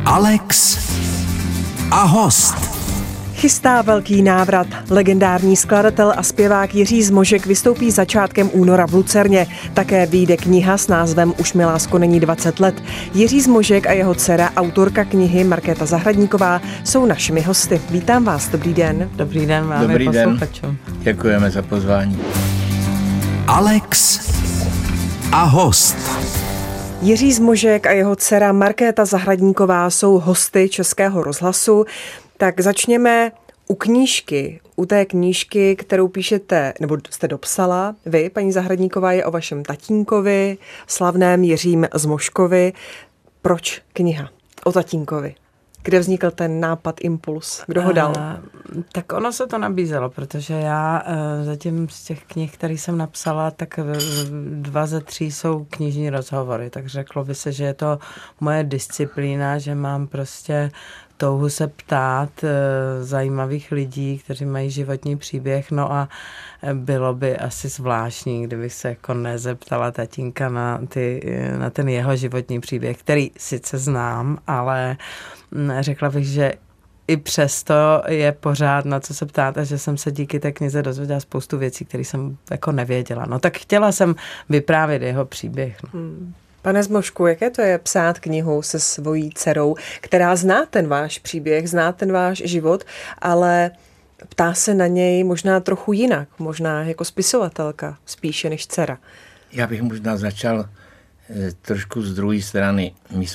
Alex a host. Chystá velký návrat. Legendární skladatel a zpěvák Jiří Zmožek vystoupí začátkem února v Lucerně. Také vyjde kniha s názvem Už mi lásko není 20 let. Jiří Zmožek a jeho dcera, autorka knihy Markéta Zahradníková, jsou našimi hosty. Vítám vás, dobrý den. Dobrý den vám, posluchačům. Děkujeme za pozvání. Alex a host. Jiří Zmožek a jeho dcera Markéta Zahradníková jsou hosty Českého rozhlasu. Tak začněme u knížky. U té knížky, kterou píšete, nebo jste dopsala vy, paní Zahradníková, je o vašem tatínkovi, slavném Jiřím Zmožkovi. Proč kniha o tatínkovi? Kde vznikl ten nápad, impuls? Kdo ho dal? Tak ono se to nabízelo, protože já zatím z těch knih, které jsem napsala, tak 2 ze 3 jsou knižní rozhovory. Tak řeklo by se, že je to moje disciplína, že mám prostě touhu se ptát zajímavých lidí, kteří mají životní příběh, no a bylo by asi zvláštní, kdybych se jako nezeptala tatínka na ten jeho životní příběh, který sice znám, ale řekla bych, že i přesto je pořád na co se ptát a že jsem se díky té knize dozvěděla spoustu věcí, které jsem jako nevěděla. No tak chtěla jsem vyprávět jeho příběh. No. Pane Zmožku, jaké to je psát knihu se svojí dcerou, která zná ten váš příběh, zná ten váš život, ale ptá se na něj možná trochu jinak, možná jako spisovatelka spíše než dcera? Já bych možná začal trošku z druhé strany. My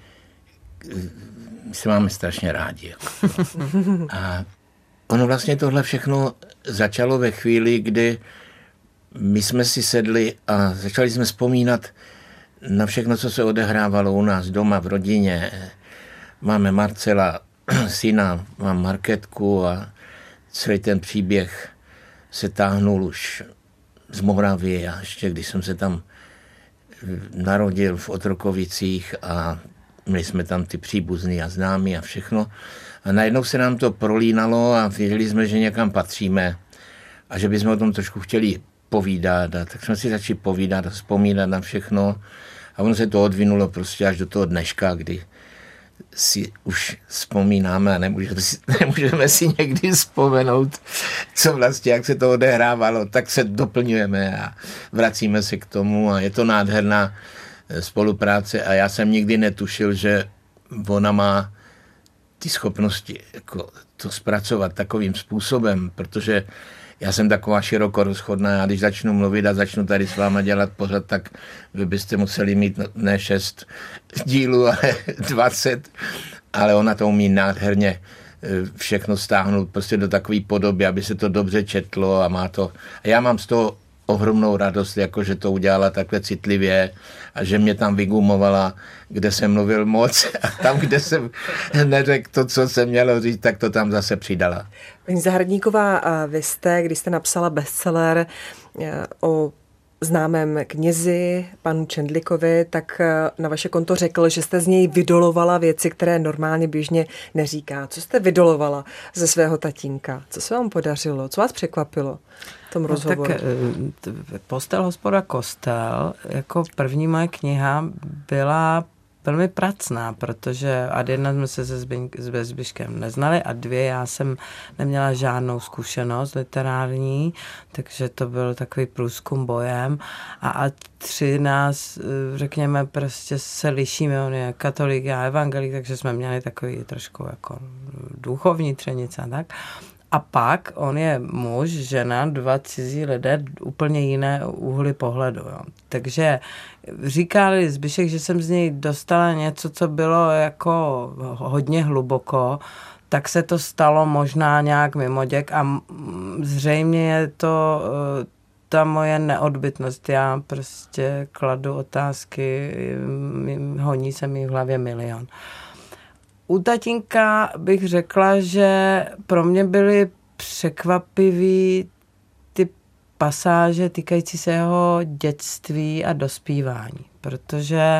se máme strašně rádi. A ono vlastně tohle všechno začalo ve chvíli, kdy my jsme si sedli a začali jsme vzpomínat na všechno, co se odehrávalo u nás doma v rodině. Máme Marcela, syna, mám Markétku a celý ten příběh se táhnul už z Moravy a ještě když jsem se tam narodil v Otrokovicích a měli jsme tam ty příbuzný a známí a všechno. A najednou se nám to prolínalo a věděli jsme, že někam patříme a že bychom o tom trošku chtěli povídat. A tak jsme si začali povídat a vzpomínat na všechno. A ono se to odvinulo prostě až do toho dneška, kdy si už vzpomínáme a nemůžeme si někdy vzpomenout, co vlastně, jak se to odehrávalo, tak se doplňujeme a vracíme se k tomu a je to nádherná spolupráce a já jsem nikdy netušil, že ona má ty schopnosti jako to zpracovat takovým způsobem, protože já jsem taková širokorozchodná a když začnu mluvit a začnu tady s váma dělat pořad, tak vy byste museli mít ne 6 dílů, ale 20, ale ona to umí nádherně všechno stáhnout prostě do takové podoby, aby se to dobře četlo a má to. A já mám z toho ohromnou radost, jako že to udělala takhle citlivě a že mě tam vygumovala, kde jsem mluvil moc a tam, kde jsem neřekl to, co jsem měl říct, tak to tam zase přidala. Paní Zahradníková, vy jste, když jste napsala bestseller o známém knězi, panu Čendlikovi, tak na vaše konto řekl, že jste z něj vydolovala věci, které normálně běžně neříká. Co jste vydolovala ze svého tatínka? Co se vám podařilo? Co vás překvapilo v tom rozhovoru? Tak Postel, hospoda, kostel, jako první moje kniha byla velmi pracná, protože ad jedna jsme se se Zbyškem neznali a 2 já jsem neměla žádnou zkušenost literární, takže to byl takový průzkum bojem a 3 nás, řekněme, prostě se lišíme, on je katolik, já evangelik, takže jsme měli takový trošku jako duchovní třenice a tak. A pak on je muž, žena, 2 cizí lidé, úplně jiné úhly pohledu. Jo. Takže říkali Zbyšek, že jsem z něj dostala něco, co bylo jako hodně hluboko, tak se to stalo možná nějak mimoděk a zřejmě je to ta moje neodbytnost. Já prostě kladu otázky, honí se mi v hlavě milion. U tatínka bych řekla, že pro mě byly překvapivý ty pasáže týkající se jeho dětství a dospívání, protože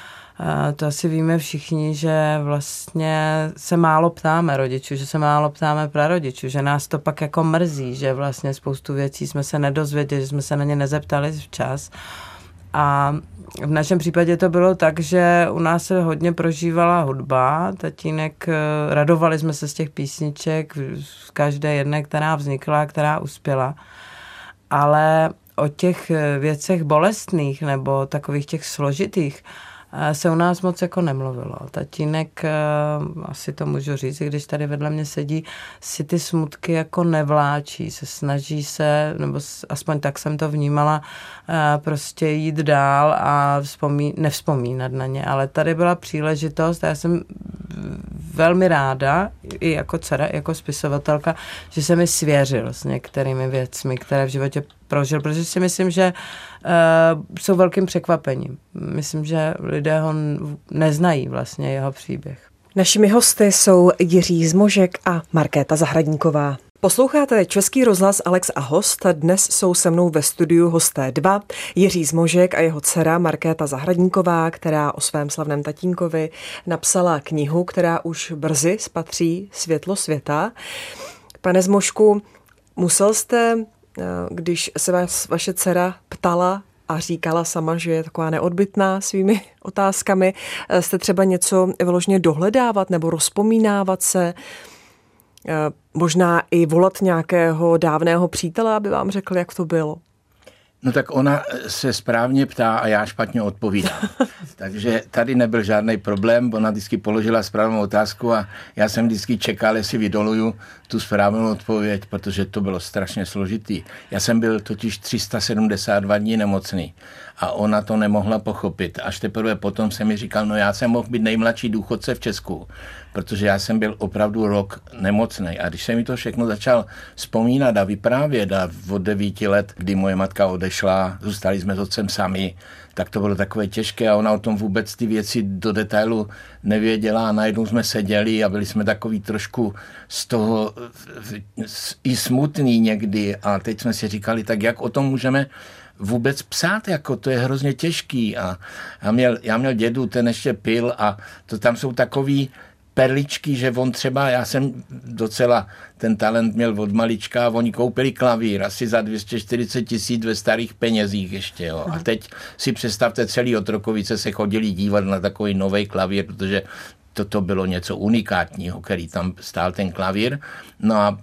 to asi víme všichni, že vlastně se málo ptáme rodičů, že se málo ptáme prarodičů, že nás to pak jako mrzí, že vlastně spoustu věcí jsme se nedozvěděli, že jsme se na ně nezeptali včas A v našem případě to bylo tak, že u nás se hodně prožívala hudba. Tatínek, radovali jsme se z těch písniček, z každé jedné, která vznikla, která uspěla. Ale o těch věcech bolestných nebo takových těch složitých se u nás moc jako nemluvilo. Tatínek, asi to můžu říct, když tady vedle mě sedí, si ty smutky jako nevláčí, se snaží se, nebo aspoň tak jsem to vnímala, prostě jít dál a nevzpomínat na ně. Ale tady byla příležitost a já jsem velmi ráda, i jako dcera, i jako spisovatelka, že se mi svěřil s některými věcmi, které v životě prožil, protože si myslím, že jsou velkým překvapením. Myslím, že lidé ho neznají vlastně, jeho příběh. Našimi hosty jsou Jiří Zmožek a Markéta Zahradníková. Posloucháte Český rozhlas Alex a host. Dnes jsou se mnou ve studiu hosté dva. Jiří Zmožek a jeho dcera Markéta Zahradníková, která o svém slavném tatínkovi napsala knihu, která už brzy spatří světlo světa. Pane Zmožku, musel jste, když se vás vaše dcera ptala a říkala sama, že je taková neodbytná svými otázkami, jste třeba něco vyloženě dohledávat nebo rozpomínávat se, možná i volat nějakého dávného přítele, aby vám řekl, jak to bylo? No tak ona se správně ptá a já špatně odpovídám. Takže tady nebyl žádný problém, ona vždycky položila správnou otázku a já jsem vždycky čekal, jestli vydoluju tu správnou odpověď, protože to bylo strašně složitý. Já jsem byl totiž 372 dní nemocný a ona to nemohla pochopit. Až teprve potom jsem mi říkal, no já jsem mohl být nejmladší důchodce v Česku, protože já jsem byl opravdu rok nemocný. A když jsem mi to všechno začal vzpomínat a vyprávět a od 9 let, kdy moje matka odešla, zůstali jsme s otcem sami, tak to bylo takové těžké a ona o tom vůbec ty věci do detailu nevěděla a najednou jsme seděli a byli jsme takový trošku z toho i smutný někdy a teď jsme si říkali, tak jak o tom můžeme vůbec psát, jako to je hrozně těžký a já měl dědu, ten ještě pil a to tam jsou takový perličky, že on třeba, já jsem docela ten talent měl od malička a oni koupili klavír asi za 240 000 ve starých penězích ještě, jo. A teď si představte, celý Otrokovice se chodili dívat na takový nový klavír, protože to bylo něco unikátního, který tam stál ten klavír. No a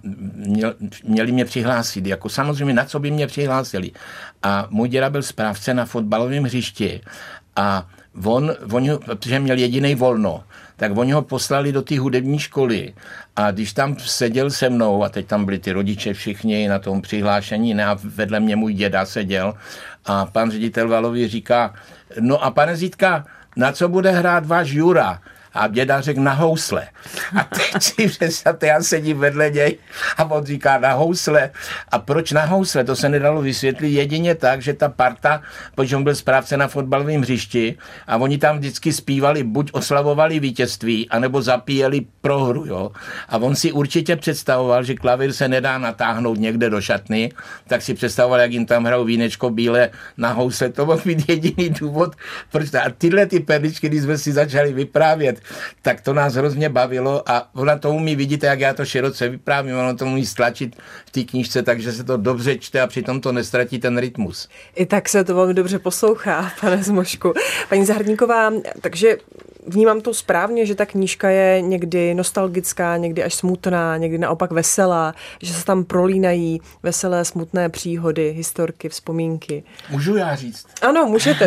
měli mě přihlásit, jako samozřejmě na co by mě přihlásili. A můj děda byl správce na fotbalovém hřišti a on, protože měl jedinej volno, tak oni ho poslali do té hudební školy a když tam seděl se mnou a teď tam byli ty rodiče všichni na tom přihlášení, ne, a vedle mě můj děda seděl a pan ředitel Valový říká, no a pane Zítka, na co bude hrát váš Jura? A děda řekl na housle. A teď si představte, já sedím vedle něj a on říká na housle. A proč na housle? To se nedalo vysvětlit jedině tak, že ta parta, protože on byl správce na fotbalovém hřišti a oni tam vždycky zpívali, buď oslavovali vítězství, anebo zapíjeli prohru. Jo? A on si určitě představoval, že klavír se nedá natáhnout někde do šatny, tak si představoval, jak jim tam hrajou vínečko bílé na housle. To mohl být jediný důvod, proč. A tyhle ty perličky, když jsme si začali vyprávět, tak to nás hrozně bavilo a ona to umí, vidíte, jak já to široce vyprávím, ona to umí stlačit v té knížce, takže se to dobře čte a přitom to nestratí ten rytmus. I tak se to velmi dobře poslouchá, pane Zmožku. Paní Zahradníková, takže vnímám to správně, že ta knížka je někdy nostalgická, někdy až smutná, někdy naopak veselá, že se tam prolínají veselé, smutné příhody, historky, vzpomínky. Můžu já říct? Ano, můžete.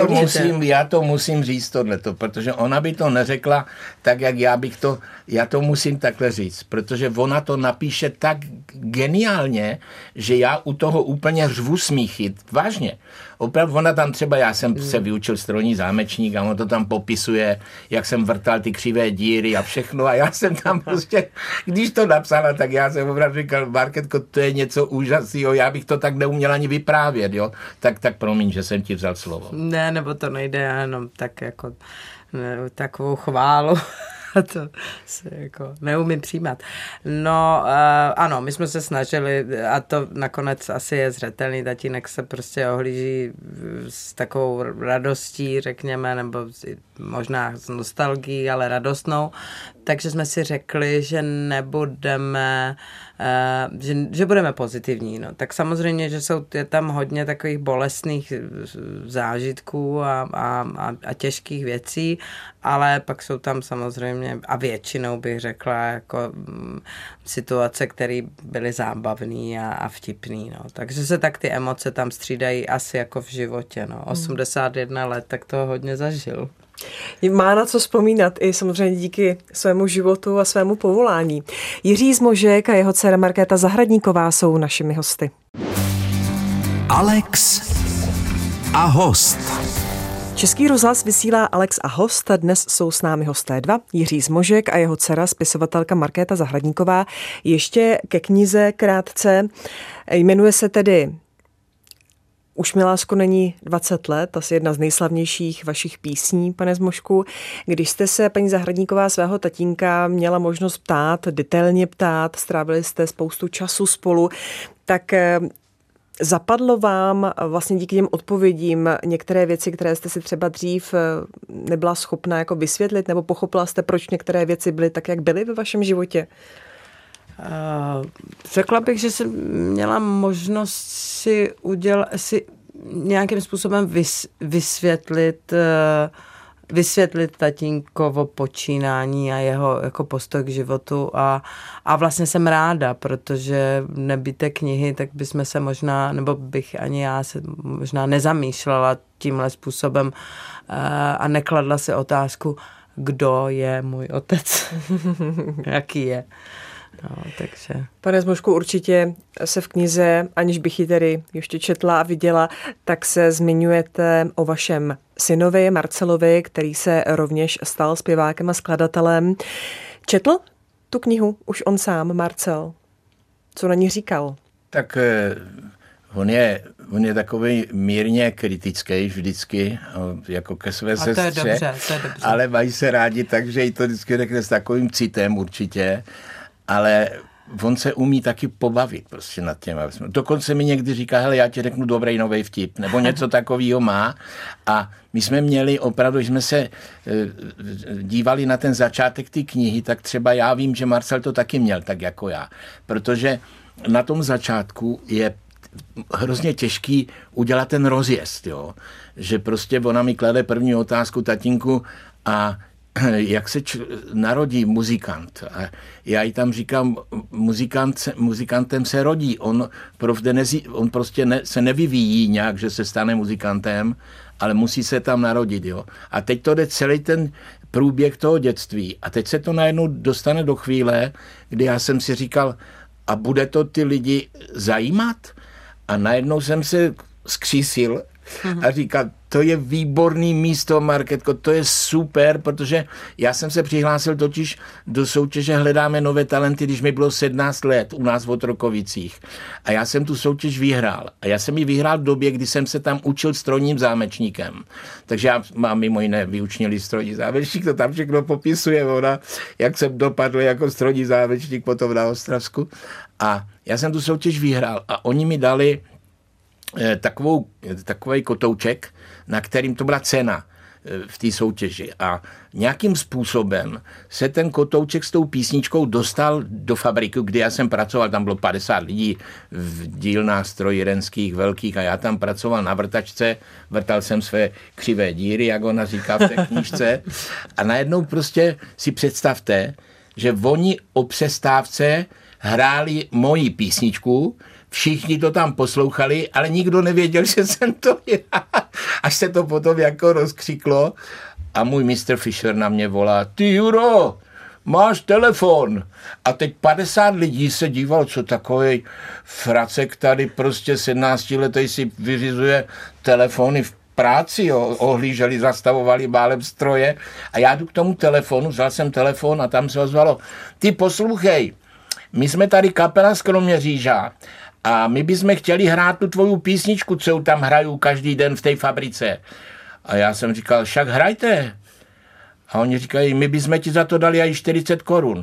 Já to musím říct tohleto, protože ona by to neřekla tak, jak já to musím takhle říct, protože ona to napíše tak geniálně, že já u toho úplně řvu smíchy. Vážně. Opravdu ona tam třeba, já jsem se vyučil strojní zámečník a on to tam popisuje, jak jsem vrtal ty křivé díry a všechno a já jsem tam prostě, když to napsala, tak já jsem opravdu říkal, Markétko, to je něco úžasného, já bych to tak neuměla ani vyprávět, jo. Tak promiň, že jsem ti vzal slovo. Ne, nebo to nejde, já jenom tak jako takovou chválu to se jako neumím přijímat. No, ano, my jsme se snažili a to nakonec asi je zřetelný, tatínek se prostě ohlíží s takovou radostí, řekněme, nebo možná s nostalgií, ale radostnou, takže jsme si řekli, že nebudeme, že budeme pozitivní. No. Tak samozřejmě, že je tam hodně takových bolestných zážitků a těžkých věcí, ale pak jsou tam samozřejmě, a většinou bych řekla, jako situace, které byly zábavné a vtipné. No. Takže se tak ty emoce tam střídají asi jako v životě. No. 81 let, tak to hodně zažil. Má na co vzpomínat i samozřejmě díky svému životu a svému povolání. Jiří Zmožek a jeho dcera Markéta Zahradníková jsou našimi hosty. Alex a host. Český rozhlas vysílá Alex a host. Dnes jsou s námi hosté dva. Jiří Zmožek a jeho dcera, spisovatelka Markéta Zahradníková. Ještě ke knize krátce. Jmenuje se tedy Už mi, lásko, není 20 let, asi jedna z nejslavnějších vašich písní, pane Zmožku. Když jste se, paní Zahradníková, svého tatínka měla možnost ptát, detailně ptát, strávili jste spoustu času spolu, tak zapadlo vám vlastně díky těm odpovědím některé věci, které jste si třeba dřív nebyla schopná jako vysvětlit, nebo pochopila jste, proč některé věci byly tak, jak byly ve vašem životě? Řekla bych, že jsem měla možnost si nějakým způsobem vysvětlit tatínkovo počínání a jeho jako postoj k životu a vlastně jsem ráda, protože nebýt té knihy, tak bychom se možná, nebo bych ani já se možná nezamýšlela tímhle způsobem a nekladla si otázku, kdo je můj otec, jaký je. No, takže. Pane Zmožku, určitě se v knize, aniž bych ji tedy ještě četla a viděla, tak se zmiňujete o vašem synovi Marcelovi, který se rovněž stal zpěvákem a skladatelem. Četl tu knihu už on sám, Marcel? Co na ní říkal? Tak on je takový mírně kritický vždycky, jako ke své sestře. To je dobře. Ale mají se rádi, takže i to vždycky řekne s takovým citem určitě. Ale on se umí taky pobavit prostě nad těma. Dokonce mi někdy říká, hele, já ti řeknu dobrý nový vtip, nebo něco takového má. A my jsme měli opravdu, když jsme se dívali na ten začátek té knihy, tak třeba já vím, že Marcel to taky měl, tak jako já. Protože na tom začátku je hrozně těžký udělat ten rozjezd, jo. Že prostě ona mi klade první otázku, tatínku, a jak se narodí muzikant. A já jí tam říkám, muzikantem se rodí. On prostě se nevyvíjí nějak, že se stane muzikantem, ale musí se tam narodit. Jo? A teď to jde celý ten průběh toho dětství. A teď se to najednou dostane do chvíle, kdy já jsem si říkal, a bude to ty lidi zajímat? A najednou jsem se skřísil a říkal, to je výborný místo, Markétko, to je super, protože já jsem se přihlásil totiž do soutěže Hledáme nové talenty, když mi bylo 17 let u nás v Otrokovicích. A já jsem tu soutěž vyhrál. A já jsem ji vyhrál v době, kdy jsem se tam učil strojním zámečníkem. Takže já mám mimo jiné vyučnělý strojní zámečník, to tam všechno popisuje ona, jak jsem dopadl jako strojní zámečník potom na Ostravsku. A já jsem tu soutěž vyhrál a oni mi dali takový kotouček, na kterým to byla cena v té soutěži. A nějakým způsobem se ten kotouček s tou písničkou dostal do fabriky, kde já jsem pracoval, tam bylo 50 lidí v dílnách strojírenských velkých a já tam pracoval na vrtačce, vrtal jsem své křivé díry, jak ona říká v té knížce. A najednou prostě si představte, že oni o přestávce hráli moji písničku, všichni to tam poslouchali, ale nikdo nevěděl, že jsem to já. Až se to potom jako rozkřiklo a můj Mr. Fisher na mě volá, ty Juro, máš telefon. A teď 50 lidí se díval, co takovej fracek tady prostě 17 letý si vyřizuje telefony v práci, jo, ohlíželi, zastavovali bálem stroje a já jdu k tomu telefonu, vzal jsem telefon a tam se ozvalo, ty poslouchej, my jsme tady kapela z Kroměříža a my bychom chtěli hrát tu tvoju písničku, co tam hraju každý den v té fabrice. A já jsem říkal, však hrajte. A oni říkají, my bychom ti za to dali aj 40 korun.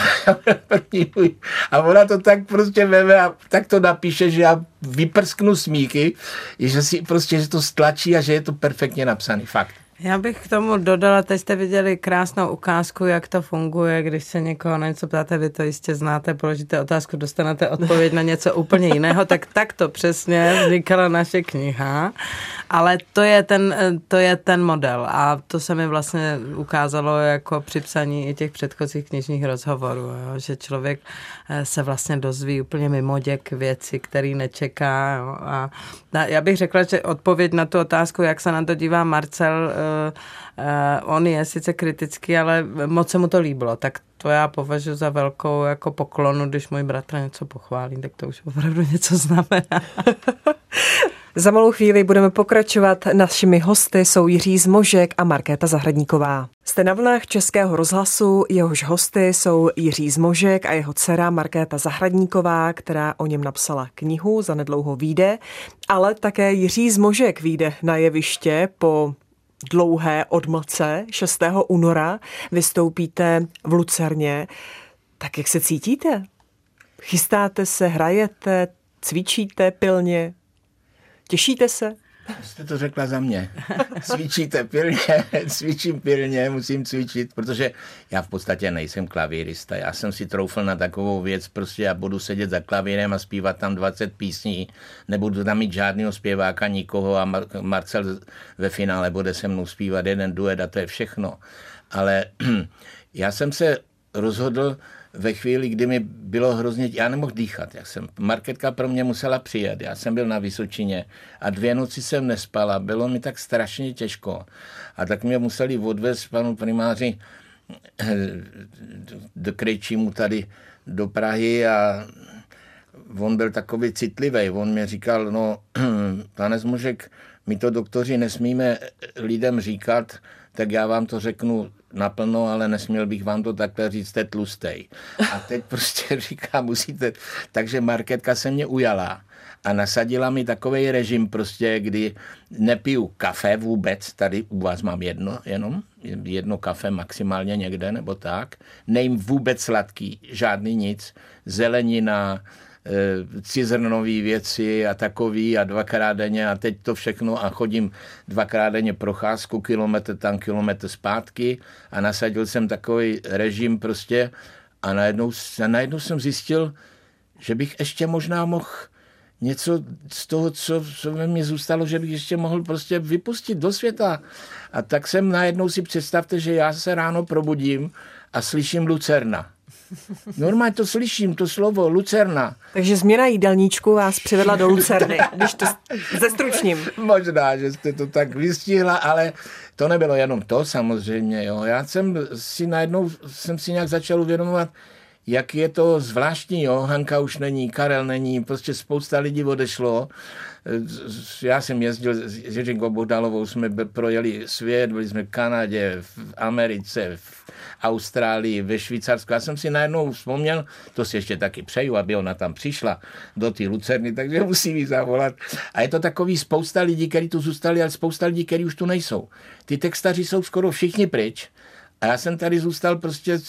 A ona to tak prostě veme a tak to napíše, že já vyprsknu smíky, že si prostě, že to stlačí a že je to perfektně napsaný, fakt. Já bych k tomu dodala, teď jste viděli krásnou ukázku, jak to funguje, když se někoho na něco ptáte, vy to jistě znáte, položíte otázku, dostanete odpověď na něco úplně jiného, tak to přesně vznikala naše kniha, ale to je ten model a to se mi vlastně ukázalo jako při psaní i těch předchozích knižních rozhovorů, jo, že člověk se vlastně dozví úplně mimoděk věci, který nečeká. Jo, a já bych řekla, že odpověď na tu otázku, jak se na to dívá Marcel, on je sice kritický, ale moc se mu to líbilo, tak to já považuji za velkou jako poklonu, když můj bratr něco pochválí, tak to už opravdu něco znamená. Za malou chvíli budeme pokračovat. Našimi hosty jsou Jiří Zmožek a Markéta Zahradníková. Jste na vlnách Českého rozhlasu, jehož hosty jsou Jiří Zmožek a jeho dcera Markéta Zahradníková, která o něm napsala knihu, zanedlouho vyjde, ale také Jiří Zmožek vyjde na jeviště po dlouhé odmlce. 6. února vystoupíte v Lucerně. Tak jak se cítíte? Chystáte se, hrajete, cvičíte pilně? Těšíte se? Jste to řekla za mě. Cvičíte pilně, cvičím pilně, musím cvičit, protože já v podstatě nejsem klavírista. Já jsem si troufl na takovou věc, prostě já budu sedět za klavírem a zpívat tam 20 písní, nebudu tam mít žádného zpěváka, nikoho a Marcel ve finále bude se mnou zpívat jeden duet a to je všechno. Ale já jsem se rozhodl ve chvíli, kdy mi bylo hrozně, já nemohl dýchat. Markétka pro mě musela přijet, já jsem byl na Vysočině a 2 noci jsem nespal a bylo mi tak strašně těžko. A tak mě museli odvést panu primáři do Krejčímu tady do Prahy a on byl takový citlivý. On mě říkal, no, pane Zmožek, my to doktoři nesmíme lidem říkat, tak já vám to řeknu naplno, ale nesměl bych vám to takhle říct, jste tlustej. A teď prostě říká, musíte. Takže Markétka se mě ujala a nasadila mi takovej režim prostě, kdy nepiju kafe vůbec, tady u vás mám jedno kafe maximálně někde, nebo tak. Nejím vůbec sladký, žádný nic, zelenina, cizrnové věci a takový a 2krát denně a teď to všechno a chodím 2krát denně procházku, kilometr tam, kilometr zpátky a nasadil jsem takový režim prostě a najednou jsem zjistil, že bych ještě možná mohl něco z toho, co ve mně zůstalo, že bych ještě mohl prostě vypustit do světa. A tak jsem najednou si představte, že já se ráno probudím a slyším Lucerna. Normálně to slyším, to slovo Lucerna. Takže změna jídelníčku vás přivedla do Lucerny, když to zestručním. Možná, že jste to tak vystihla, ale to nebylo jenom to samozřejmě. Jo. Já jsem si nějak začal uvědomovat, jak je to zvláštní, jo. Hanka už není, Karel není, prostě spousta lidí odešlo. Já jsem jezdil s Jiřinkou Bohdalovou, jsme projeli svět, byli jsme v Kanadě, v Americe, v Austrálii, ve Švýcarsku. Já jsem si najednou vzpomněl, to si ještě taky přeju, aby ona tam přišla do té Lucerny, takže musím jí zavolat. A je to takový spousta lidí, kteří tu zůstali, ale spousta lidí, kteří už tu nejsou. Ty textaři jsou skoro všichni pryč. A já jsem tady zůstal prostě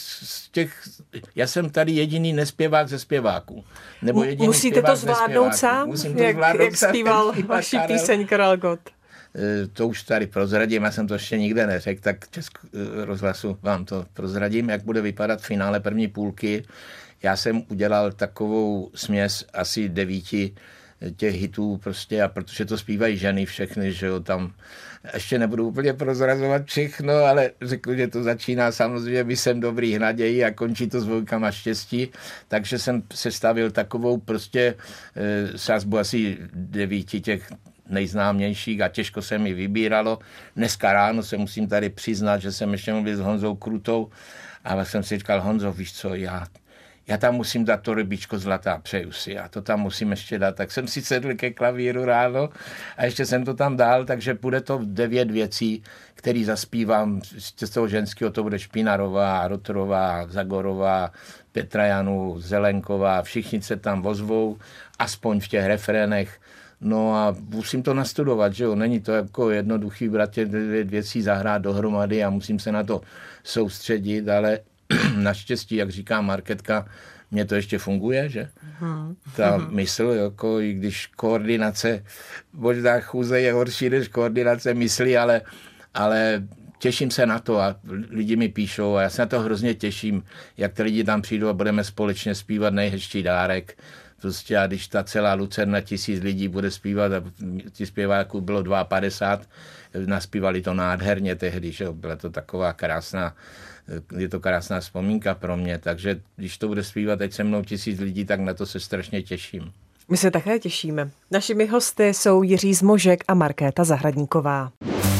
já jsem tady jediný nespěvák ze zpěváků. Nebo musíte to zvládnout sám? Musím to zvládnout jak zpíval vaši píseň Karel Gott? To už tady prozradím, já jsem to ještě nikde neřekl, tak Českou rozhlasu vám to prozradím, jak bude vypadat finále první půlky. Já jsem udělal takovou směs asi 9 těch hitů prostě a protože to zpívají ženy všechny, že jo, tam ještě nebudu úplně prozrazovat všechno, ale řeknu, že to začíná samozřejmě My jsem dobrý naději a končí to s Vojkama štěstí, takže jsem sestavil takovou prostě sázbu asi 9 těch nejznámějších a těžko se mi vybíralo. Dneska ráno se musím tady přiznat, že jsem ještě mluvil s Honzou Krutou, ale jsem si říkal, Honzo, víš co, já tam musím dát to Rybičko zlatá, přeju si, já to tam musím ještě dát. Tak jsem si sedl ke klavíru ráno a ještě jsem to tam dal, takže bude to 9 věcí, které zaspívám z toho ženského, to bude Špinarová, Rotrová, Zagorová, Petra Janu, Zelenková, všichni se tam ozvou, aspoň v těch refrénech. No a musím to nastudovat, že jo, není to jako jednoduchý bratě věcí zahrát dohromady a musím se na to soustředit, ale naštěstí, jak říká Markétka, mně to ještě funguje, že? Ta mysl, jako i když koordinace, možná chůze je horší než koordinace myslí, ale těším se na to a lidi mi píšou a já se na to hrozně těším, jak ty lidi tam přijdou a budeme společně zpívat Nejhezčí dárek. Prostě a když ta celá Lucerna 1000 lidí bude zpívat a ti zpěváků bylo 52, naspívali to nádherně tehdy, že byla to taková krásná, je to krásná vzpomínka pro mě, takže když to bude zpívat teď se mnou 1000 lidí, tak na to se strašně těším. My se také těšíme. Našimi hosty jsou Jiří Zmožek a Markéta Zahradníková.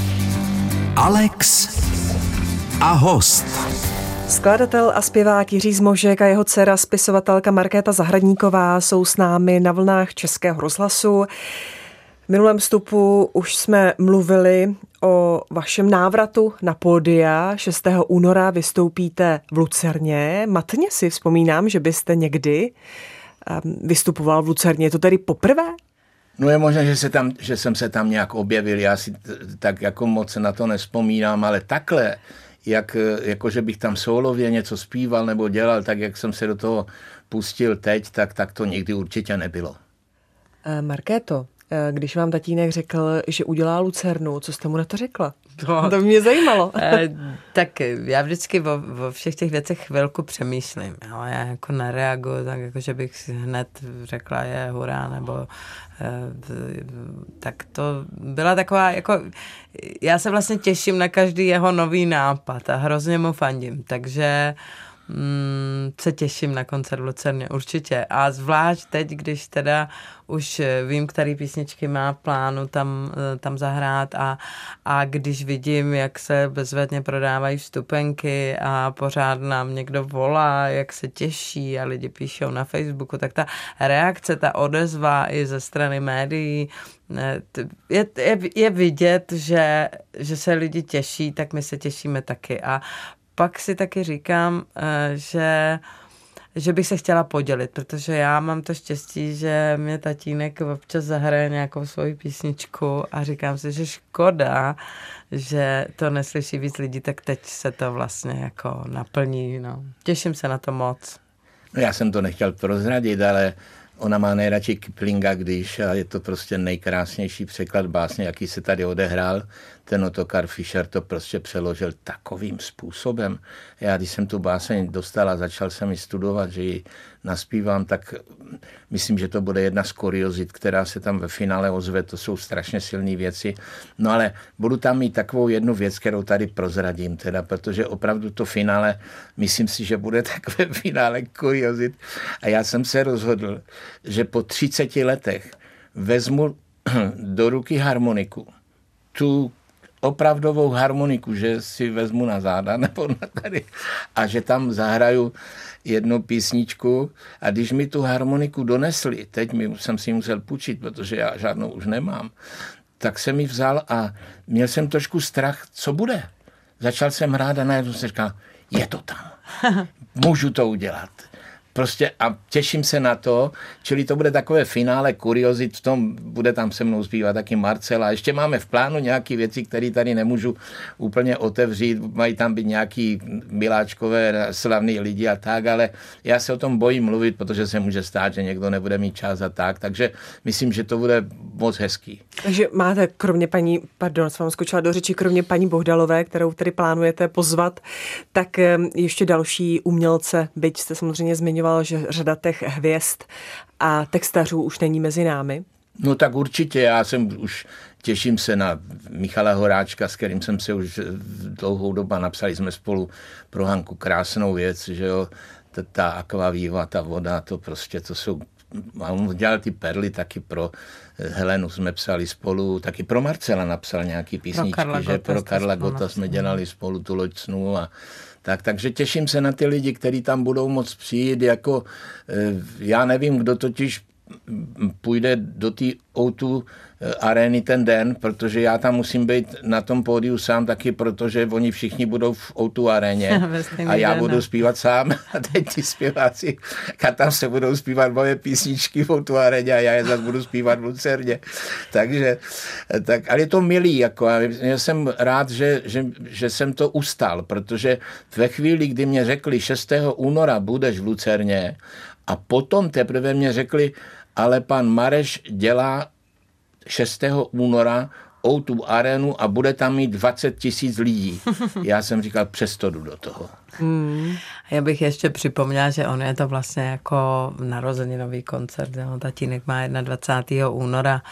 Alex a host. Skladatel a zpěvák Jiří Zmožek a jeho dcera spisovatelka Markéta Zahradníková jsou s námi na vlnách Českého rozhlasu. V minulém vstupu už jsme mluvili o vašem návratu na pódia. 6. února vystoupíte v Lucerně. Matně si vzpomínám, že byste někdy vystupoval v Lucerně. Je to tedy poprvé? No je možné, že jsem se tam nějak objevil. Já si tak jako moc na to nevzpomínám, ale takhle, jako že bych tam sólově něco zpíval nebo dělal, tak jak jsem se do toho pustil teď, tak to nikdy určitě nebylo. Markéto, když vám tatínek řekl, že udělá Lucernu, co jste mu na to řekla? To mě zajímalo. Tak já vždycky o všech těch věcech chvilku přemýšlím. Jo? Já jako nereaguju, tak jako, že bych si hned řekla je hurá, nebo tak to byla taková, jako já se vlastně těším na každý jeho nový nápad a hrozně mu fandím, takže se těším na koncert v Lucerně, určitě. A zvlášť teď, když teda už vím, který písničky má plánu tam zahrát a když vidím, jak se bezvedně prodávají vstupenky a pořád nám někdo volá, jak se těší a lidi píšou na Facebooku, tak ta reakce, ta odezva i ze strany médií, je vidět, že se lidi těší, tak my se těšíme taky. A pak si taky říkám, že bych se chtěla podělit, protože já mám to štěstí, že mě tatínek občas zahraje nějakou svoji písničku a říkám si, že škoda, že to neslyší víc lidí, tak teď se to vlastně jako naplní. No. Těším se na to moc. No já jsem to nechtěl prozradit, ale ona má nejradši Kiplinga, a je to prostě nejkrásnější překlad básně, jaký se tady odehrál. Ten Ottokar Fischer to prostě přeložil takovým způsobem. Já, když jsem tu báseň dostal a začal jsem ji studovat, že ji naspívám, tak myslím, že to bude jedna z kuriozit, která se tam ve finále ozve. To jsou strašně silné věci. No ale budu tam mít takovou jednu věc, kterou tady prozradím, teda, protože opravdu to finále, myslím si, že bude takové finále kuriozit. A já jsem se rozhodl, že po 30 letech vezmu do ruky harmoniku. Tu opravdovou harmoniku, že si vezmu na záda nebo na tady a že tam zahraju jednu písničku a když mi tu harmoniku donesli, teď jsem si musel půjčit, protože já žádnou už nemám, tak jsem ji vzal a měl jsem trošku strach, co bude. Začal jsem hrát a najednou jsem říkal, je to tam, můžu to udělat. Prostě a těším se na to, čili to bude takové finále kuriozit, v tom bude tam se mnou zpívat taky Marcela. Ještě máme v plánu nějaké věci, které tady nemůžu úplně otevřít, mají tam být nějaký miláčkové slavný lidi a tak, ale já se o tom bojím mluvit, protože se může stát, že někdo nebude mít čas a tak, takže myslím, že to bude moc hezký. Takže máte kromě paní, jsem vám skočila do řeči, kromě paní Bohdalové, kterou tedy plánujete pozvat, tak ještě další umělce, byť jste samozřejmě zmiňoval, že řada těch hvězd a textařů už není mezi námi? No tak určitě, já už těším se na Michala Horáčka, s kterým jsem se už dlouhou dobu napsali jsme spolu pro Hanku krásnou věc, že jo, ta akvavíva, ta voda, to prostě, to jsou, a on dělal ty perly taky pro Helenu, jsme psali spolu, taky pro Marcela napsal nějaký písničky, pro Karla Gotta jsme dělali spolu tu Loď snů a takže těším se na ty lidi, kteří tam budou moc přijít, jako já nevím, kdo totiž půjde do té O2 arény ten den, protože já tam musím být na tom pódiu sám taky, protože oni všichni budou v O2 aréně a já budu zpívat sám a teď ti zpěváci a tam se budou zpívat moje písničky v O2 aréně a já je zase budu zpívat v Lucerně. Takže, ale je to milý, jako, a já jsem rád, že jsem to ustál, protože ve chvíli, kdy mě řekli 6. února budeš v Lucerně a potom teprve mě řekli, ale pan Mareš dělá 6. února O2 arénu a bude tam mít 20 000 lidí. Já jsem říkal, přesto jdu do toho. Já bych ještě připomněla, že on je to vlastně jako narozeninový koncert. Jo. Tatínek má 21. února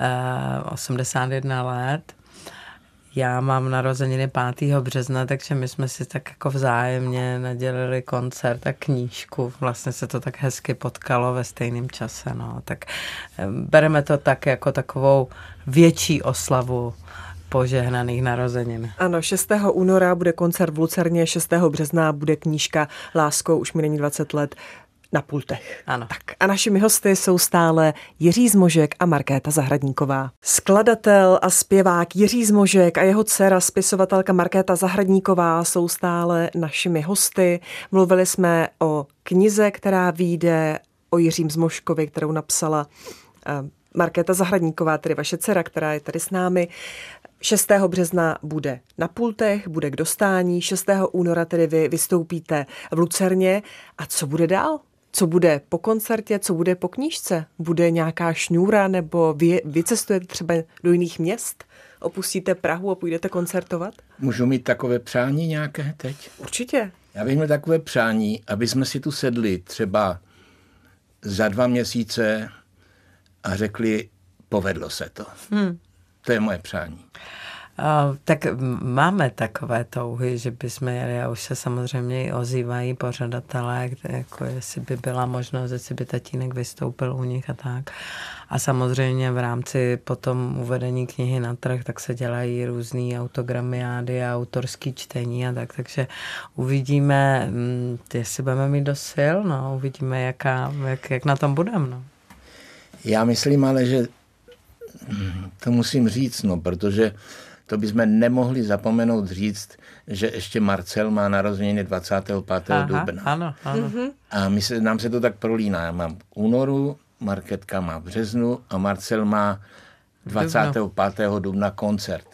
81 let. Já mám narozeniny 5. března, takže my jsme si tak jako vzájemně nadělili koncert a knížku. Vlastně se to tak hezky potkalo ve stejném čase. No. Tak bereme to tak jako takovou větší oslavu požehnaných narozenin. Ano, 6. února bude koncert v Lucerně, 6. března bude knížka Lásko, už mi není 20 let, na pultech. Ano. Tak a našimi hosty jsou stále Jiří Zmožek a Markéta Zahradníková. Skladatel a zpěvák Jiří Zmožek a jeho dcera spisovatelka Markéta Zahradníková jsou stále našimi hosty. Mluvili jsme o knize, která vyjde, o Jiřím Zmožkovi, kterou napsala Markéta Zahradníková, tedy vaše dcera, která je tady s námi. 6. března bude na pultech, bude k dostání, 6. února tedy vy vystoupíte v Lucerně. A co bude dál? Co bude po koncertě, co bude po knížce? Bude nějaká šňůra nebo vycestujete třeba do jiných měst? Opustíte Prahu a půjdete koncertovat? Můžu mít takové přání nějaké teď? Určitě. Já bych měl takové přání, aby jsme si tu sedli třeba za 2 měsíce a řekli, povedlo se to. To je moje přání. Tak máme takové touhy, že bychom jeli a už se samozřejmě i ozývají pořadatelé, jako jestli by byla možnost, jestli by tatínek vystoupil u nich a tak. A samozřejmě v rámci potom uvedení knihy na trh, tak se dělají různý autogramiády a autorský čtení a tak, takže uvidíme, jestli budeme mít dost sil, no, uvidíme, jak na tom budeme, no. Já myslím ale, že to musím říct, no, protože to bychom nemohli zapomenout říct, že ještě Marcel má narozeniny 25. dubna. Ano. A nám se to tak prolíná. Já mám v únoru, Markétka má v březnu a Marcel má 25. dubna koncert.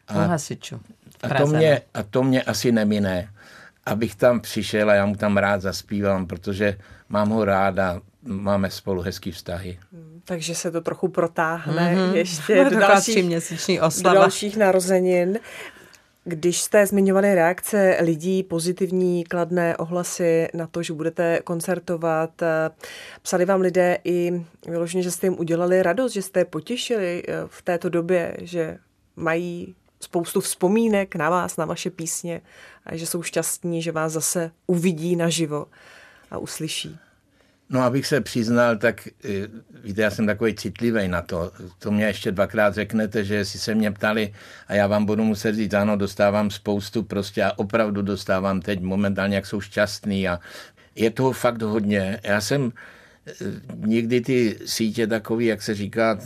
A to mě asi nemine, abych tam přišel a já mu tam rád zaspívám, protože mám ho rád a máme spolu hezký vztahy. Takže se to trochu protáhne ještě do dalších narozenin. Když jste zmiňovali reakce lidí, pozitivní, kladné ohlasy na to, že budete koncertovat, psali vám lidé i vyloženě, že jste jim udělali radost, že jste je potěšili v této době, že mají spoustu vzpomínek na vás, na vaše písně a že jsou šťastní, že vás zase uvidí naživo a uslyší. No, abych se přiznal, tak víte, já jsem takový citlivý na to. To mě ještě 2krát řeknete, že jestli se mě ptali a já vám budu muset říct, ano, dostávám spoustu prostě a opravdu dostávám teď momentálně, jak jsou šťastný a je toho fakt hodně. Já jsem nikdy ty sítě takový, jak se říká,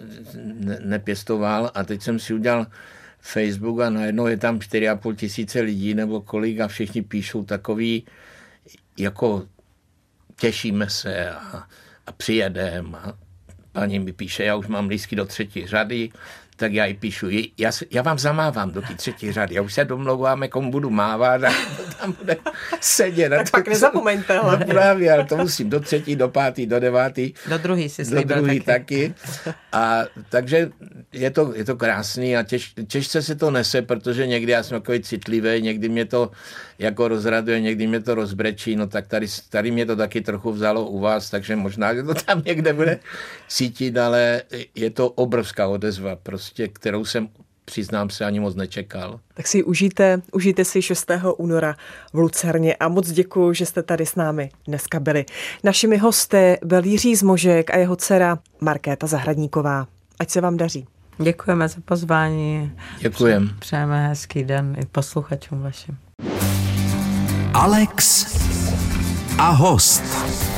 nepěstoval a teď jsem si udělal Facebook a najednou je tam 4,5 tisíce lidí nebo kolik a všichni píšou takový jako těšíme se a přijedem a paní mi píše, já už mám lístky do 3. řady, tak já jí píšu, já vám zamávám do té 3. řady, já už se domlouváme, komu budu mávat a tam bude sedět. Tak pak nezapomeňte. No právě, ale to musím do 3., do 5., do 9. Do 2. si slíbil taky. Do 2. taky. A takže je to krásný a těžce se to nese, protože někdy já jsem takový citlivý, někdy mě to jako rozraduje, někdy mě to rozbrečí, no tak tady mě to taky trochu vzalo u vás, takže možná, že to tam někde bude cítit, ale je to obrovská odezva, prostě, kterou jsem, přiznám se, ani moc nečekal. Tak si užijte si 6. února v Lucerně a moc děkuju, že jste tady s námi dneska byli. Našimi hosty byl Jiří Zmožek a jeho dcera Markéta Zahradníková. Ať se vám daří. Děkujeme za pozvání. Děkujem. Přejeme hezký den i posluchačům vašim. Alex a host.